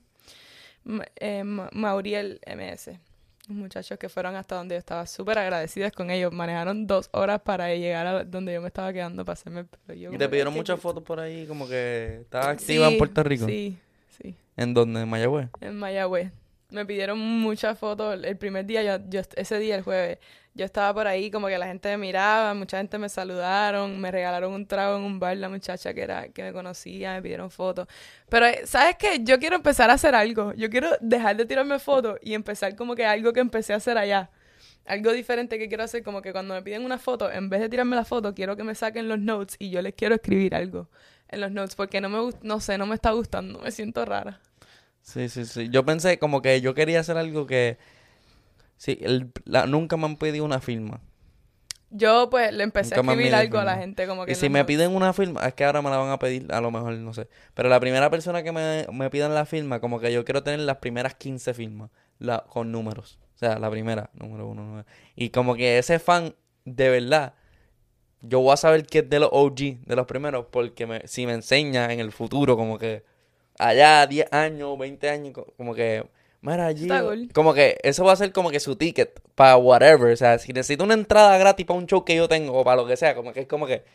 Mauriel MS. Los muchachos que fueron hasta donde yo estaba súper agradecidos con ellos. Manejaron 2 horas para llegar a donde yo me estaba quedando para hacerme el pelo. ¿Y te pidieron muchas fotos por ahí? Como que estabas activa en Puerto Rico. Sí. ¿En dónde? ¿En Mayagüez? En Mayagüez. Me pidieron muchas fotos. El primer día, ese día, el jueves, yo estaba por ahí, como que la gente me miraba, mucha gente me saludaron, me regalaron un trago en un bar, la muchacha que me conocía, me pidieron fotos. Pero, ¿sabes qué? Yo quiero empezar a hacer algo. Yo quiero dejar de tirarme fotos y empezar como que algo que empecé a hacer allá. Algo diferente que quiero hacer, como que cuando me piden una foto, en vez de tirarme la foto, quiero que me saquen los notes y yo les quiero escribir algo en los notes, porque no me está gustando, me siento rara. Sí. Yo pensé como que yo quería hacer algo que... Sí, nunca me han pedido una firma. Yo pues le empecé a escribir algo a la gente como que... Y si me piden una firma, es que ahora me la van a pedir, a lo mejor, no sé. Pero la primera persona que me pidan la firma, como que yo quiero tener las primeras 15 firmas con números. O sea, la primera, número 1. Y como que ese fan, de verdad, yo voy a saber que es de los OG, de los primeros, porque si me enseña en el futuro, como que... Allá 10 años, 20 años, como que... Mira, allí... Cool. Como que eso va a ser como que su ticket para whatever. O sea, si necesito una entrada gratis para un show que yo tengo o para lo que sea, como que es como que...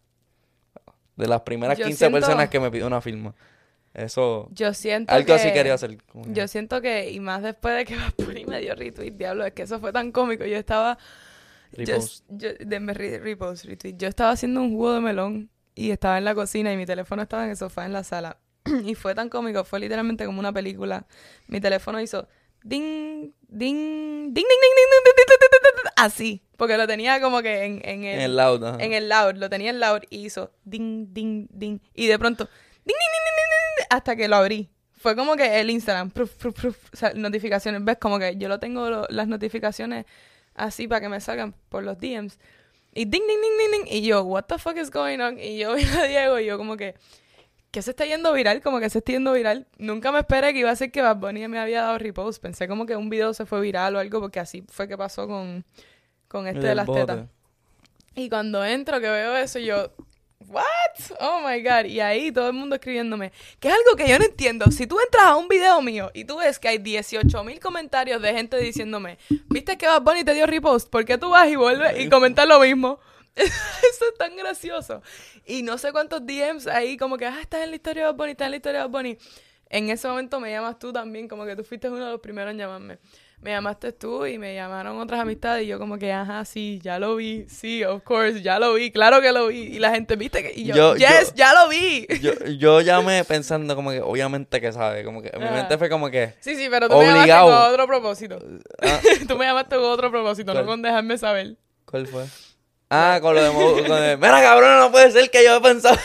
De las primeras 15 personas que me piden una firma. Eso... Yo siento algo así quería hacer. Yo siento que... Y más después de que Bad Bunny me dio retweet, diablo, es que eso fue tan cómico. Yo estaba... Repost. Repost, retweet. Yo estaba haciendo un jugo de melón y estaba en la cocina y mi teléfono estaba en el sofá en la sala. Y fue tan cómico, fue literalmente como una película. Mi teléfono hizo ding, ding, ding, ding, ding, ding, ding, así. Porque lo tenía como que en el loud, ajá. En el loud, lo tenía en loud y hizo ding, ding, ding. Y de pronto, ding, ding, ding, ding, ding, hasta que lo abrí. Fue como que el Instagram, o sea, notificaciones. ¿Ves? Como que yo lo tengo las notificaciones así para que me salgan por los DMs. Y ding, ding, ding, ding, ding. Y yo, what the fuck is going on? Y yo vi a Diego y yo como que se está yendo viral, como que se está yendo viral. Nunca me esperé que iba a ser que Bad Bunny me había dado repost. Pensé como que un video se fue viral o algo, porque así fue que pasó con de las tetas. Y cuando entro que veo eso, yo, what? Oh my God. Y ahí todo el mundo escribiéndome, que es algo que yo no entiendo. Si tú entras a un video mío y tú ves que hay 18,000 comentarios de gente diciéndome, ¿viste que Bad Bunny te dio repost? ¿Por qué tú vas y vuelves y comentas lo mismo? Eso es tan gracioso. Y no sé cuántos DMs ahí como que, estás en la historia de Bad Bunny, En ese momento me llamas tú también, como que tú fuiste uno de los primeros en llamarme. me llamaste tú y me llamaron otras amistades y yo como que, ajá, sí, ya lo vi, sí, of course, ya lo vi, claro que lo vi. Y la gente, viste, y yo yes, ya lo vi. Yo llamé pensando como que, obviamente que sabe, como que mi mente fue como que sí, pero tú me llamaste con otro propósito. Tú me llamaste con otro propósito, ¿Cuál? no con dejarme saber. ¿Cuál fue? Con lo de mira, cabrón, no puede ser que yo he pensado.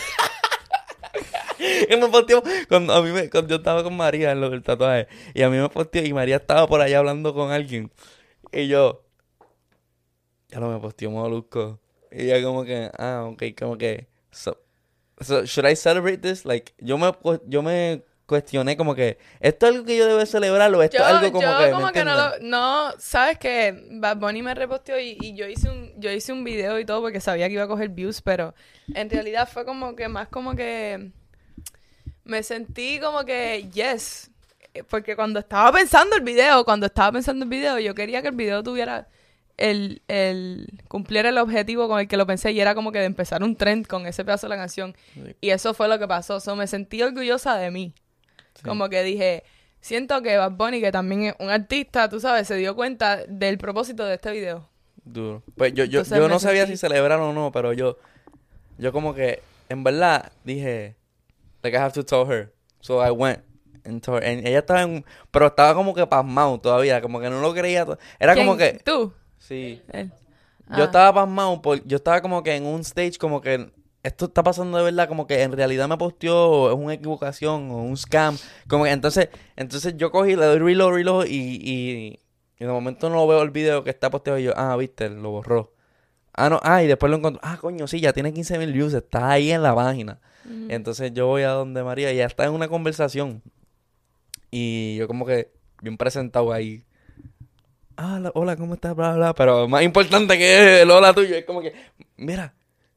Y me posteó cuando yo estaba con María en lo del tatuaje. Y a mí me posteó y María estaba por allá hablando con alguien. Y yo, ya lo me posteó Molusco. Y ella como que, ok, como que, so should I celebrate this? Like, yo me cuestioné como que, ¿esto es algo que yo debo celebrar o esto es algo como que, como que no, sabes que Bad Bunny me reposteó y yo hice un video y todo porque sabía que iba a coger views, pero en realidad fue como que más como que me sentí como que yes, porque cuando estaba pensando el video, yo quería que el video tuviera cumpliera el objetivo con el que lo pensé y era como que de empezar un trend con ese pedazo de la canción. Sí. Y eso fue lo que pasó. Me sentí orgullosa de mí. Sí. Como que dije, siento que Bad Bunny, que también es un artista, tú sabes, se dio cuenta del propósito de este video. Duro. Pues yo no sabía si celebrar o no, pero yo como que, en verdad, dije, like, I have to tell her. So I went. And ella estaba pero estaba como que pasmado todavía, como que no lo creía. Era ¿Quién? Como que... ¿Tú? Sí. Yo estaba pasmado, yo estaba como que en un stage como que esto está pasando de verdad, como que en realidad me posteó, es una equivocación o un scam. Como que entonces yo cogí, le doy reload y de momento no veo el video que está posteado y yo, viste, lo borró. Y después lo encontró. Coño, sí, ya tiene 15,000 views, está ahí en la página. Entonces yo voy a donde María y ya está en una conversación. Y yo como que bien presentado ahí. Hola, ¿cómo estás? Bla, bla. Pero más importante que el hola tuyo es como que, mira.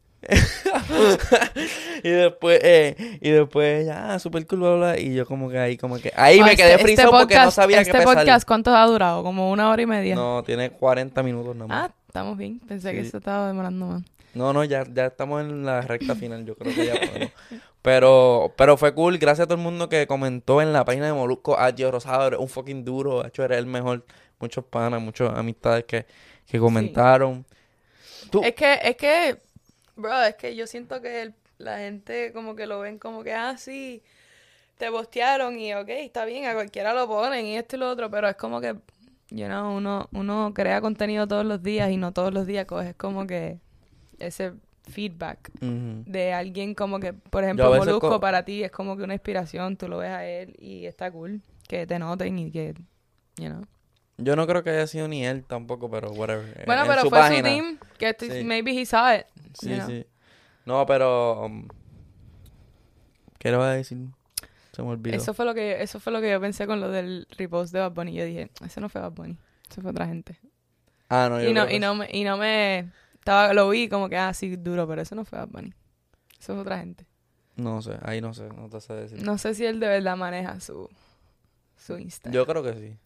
y después ya, super cool, bla, bla. Y yo como que ahí me quedé frisado porque no sabía qué pensar. ¿Este podcast cuánto ha durado? ¿Como 1 hora y media? No, tiene 40 minutos nada más. Estamos bien. Pensé que se estaba demorando más. No, ya estamos en la recta final. Yo creo que ya podemos. Pero fue cool. Gracias a todo el mundo que comentó en la página de Molusco. Gio Rosado eres un fucking duro. Hecho, eres el mejor. Muchos panas, muchas amistades que comentaron. Sí. Es que, bro, es que yo siento que la gente como que lo ven como que, sí, te postearon y ok, está bien, a cualquiera lo ponen y esto y lo otro, pero es como que, uno crea contenido todos los días y no todos los días coges como que ese feedback de alguien como que, por ejemplo, Molusco para ti es como que una inspiración, tú lo ves a él y está cool que te noten y que, Yo no creo que haya sido ni él tampoco, pero whatever. Bueno, pero fue página. Su team, que sí. Maybe he saw it. Sí, sí. No, pero... ¿qué le voy a decir? Se me olvidó. Eso fue lo que yo pensé con lo del repost de Bad Bunny. Yo dije, ese no fue Bad Bunny. Eso fue otra gente. No, lo vi como que, sí, duro, pero eso no fue Bad Bunny. Eso fue otra gente. No sé, ahí no te sé decir. No sé si él de verdad maneja su Instagram. Yo creo que sí.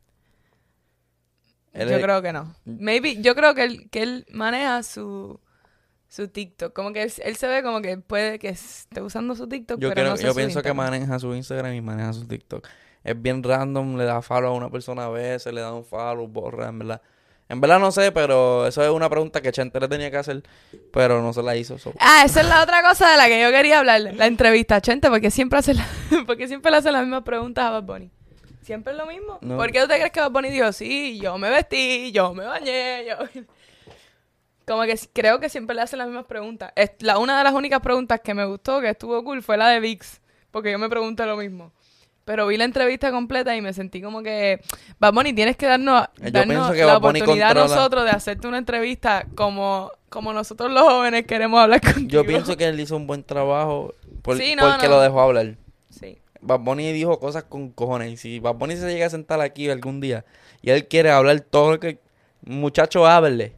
Yo creo que no. Maybe, yo creo que él maneja su TikTok. Como que él se ve como que puede que esté usando su TikTok, pero no sé yo pienso que maneja su Instagram y maneja su TikTok. Es bien random, le da follow a una persona a veces, le da un follow, borra, en verdad. En verdad no sé, pero eso es una pregunta que Chente le tenía que hacer, pero no se la hizo. Esa es la otra cosa de la que yo quería hablar, la entrevista. Chente, porque siempre le hace las mismas preguntas a Bad Bunny. ¿Siempre es lo mismo? No. ¿Por qué tú te crees que Bad Bunny dijo, sí, yo me vestí, yo me bañé, Como que creo que siempre le hacen las mismas preguntas. Una de las únicas preguntas que me gustó, que estuvo cool, fue la de Vix, porque yo me pregunté lo mismo. Pero vi la entrevista completa y me sentí como que, Bad Bunny, tienes que darnos la oportunidad a nosotros de hacerte una entrevista como nosotros los jóvenes queremos hablar contigo. Yo pienso que él hizo un buen trabajo porque lo dejó hablar. Sí. Bad Bunny dijo cosas con cojones. Y si Bad Bunny se llega a sentar aquí algún día y él quiere hablar todo lo que... Muchacho, hable.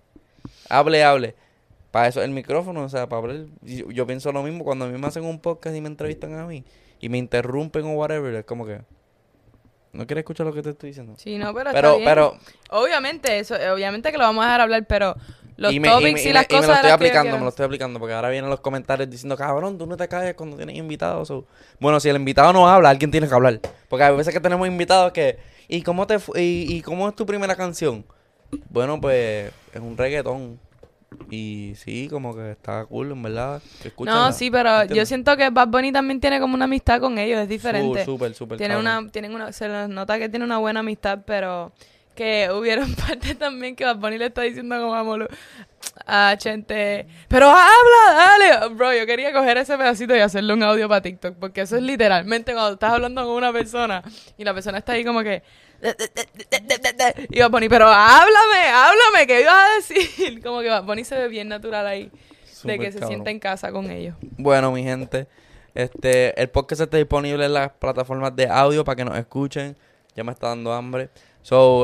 Para eso el micrófono, o sea, para hablar. Yo pienso lo mismo cuando a mí me hacen un podcast y me entrevistan a mí y me interrumpen o whatever, es como que no quieres escuchar lo que te estoy diciendo. Sí, no, pero está bien. Obviamente que lo vamos a dejar hablar, pero los topics y las cosas. Me lo estoy aplicando, que me lo estoy aplicando, porque ahora vienen los comentarios diciendo, cabrón, tú no te calles cuando tienes invitados. So. Bueno, si el invitado no habla, alguien tiene que hablar. Porque a veces que tenemos invitados que, ¿y cómo y cómo es tu primera canción? Bueno, pues es un reggaetón. Y sí, como que está cool, en verdad. No, sí, pero yo siento que Bad Bunny también tiene como una amistad con ellos, es diferente. Súper. Se les nota que tiene una buena amistad, pero que hubieron partes también que Bad Bunny le está diciendo como a Chente, pero habla, dale. Bro, yo quería coger ese pedacito y hacerle un audio para TikTok, porque eso es literalmente cuando estás hablando con una persona y la persona está ahí como que... Y Bad Bunny, pero háblame, ¿qué ibas a decir? Como que Bad Bunny se ve bien natural ahí, Súper de que se sienta en casa con ellos. Bueno, mi gente, el podcast está disponible en las plataformas de audio para que nos escuchen. Ya me está dando hambre. So,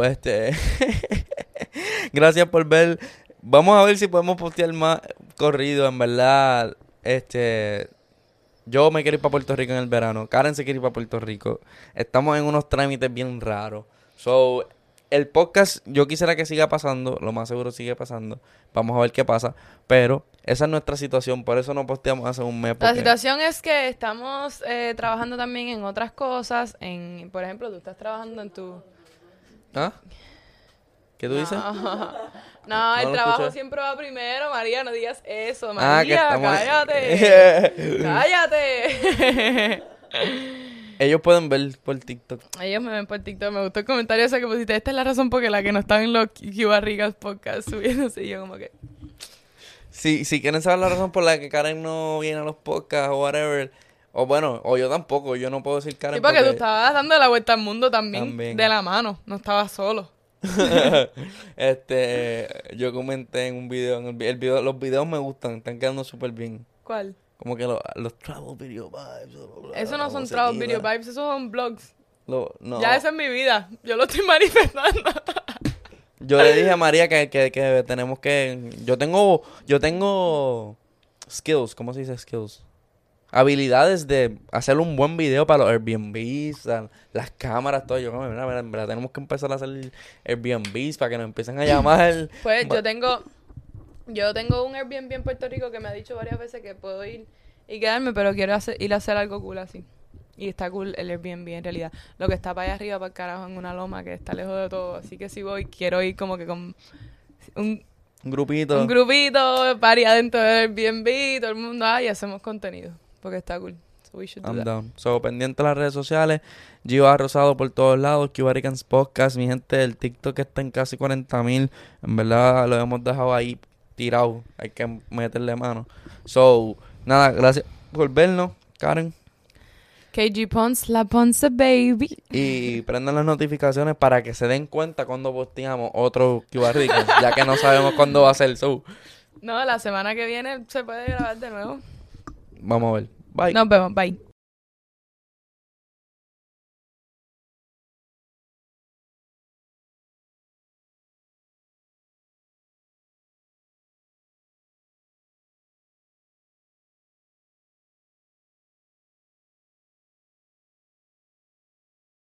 gracias por ver. Vamos a ver si podemos postear más corrido, en verdad. Yo me quiero ir para Puerto Rico en el verano. Karen se quiere ir para Puerto Rico. Estamos en unos trámites bien raros. So, el podcast yo quisiera que siga pasando. Lo más seguro sigue pasando. Vamos a ver qué pasa. Pero esa es nuestra situación. Por eso no posteamos hace un mes. La situación es que estamos trabajando también en otras cosas. Por ejemplo, tú estás trabajando en tu... ¿Ah? ¿Qué tú dices? No, el trabajo escuché. Siempre va primero, María, no digas eso, María, cállate. Cállate. Ellos pueden ver por TikTok. Ellos me ven por TikTok, me gustó el comentario ese que pusiste, esta es la razón por la que no están en los Cuba Ricas podcast subiéndose, y yo como que... Si quieren saber la razón por la que Karen no viene a los podcasts o whatever, o bueno, o yo tampoco, yo no puedo decir Karen. Sí, porque tú estabas dando la vuelta al mundo también. De la mano, no estabas solo. Yo comenté en un video, los videos me gustan, están quedando súper bien. ¿Cuál? Como que los travel video vibes. Eso no son travel video vibes, esos son vlogs. No. Ya esa es mi vida, yo lo estoy manifestando. Yo le dije a María que tenemos que... Yo tengo skills, ¿cómo se dice skills? Habilidades de hacer un buen video para los Airbnbs, las cámaras, todo. Yo, mira, en verdad, tenemos que empezar a hacer Airbnbs para que nos empiecen a llamar. Pues yo tengo un Airbnb en Puerto Rico que me ha dicho varias veces que puedo ir y quedarme, pero quiero ir a hacer algo cool así. Y está cool el Airbnb en realidad. Lo que está para allá arriba, para el carajo, en una loma que está lejos de todo. Así que si voy, quiero ir como que con un grupito. Un grupito, party adentro del Airbnb, todo el mundo, y hacemos contenido. Porque está cool. So we should do that. Down. So, pendiente de las redes sociales. Gio Rosado por todos lados. Cuba Ricans Podcast. Mi gente, el TikTok está en casi 40,000. En verdad, lo hemos dejado ahí tirado. Hay que meterle mano. So, nada, gracias por vernos, Karen. KG Pons, la Ponce Baby. Y prendan las notificaciones para que se den cuenta cuando posteamos otro Cuba Ricans. Ya que no sabemos cuándo va a ser el show. No, la semana que viene se puede grabar de nuevo. Vamos a ver. Bye. Nos vemos, bye.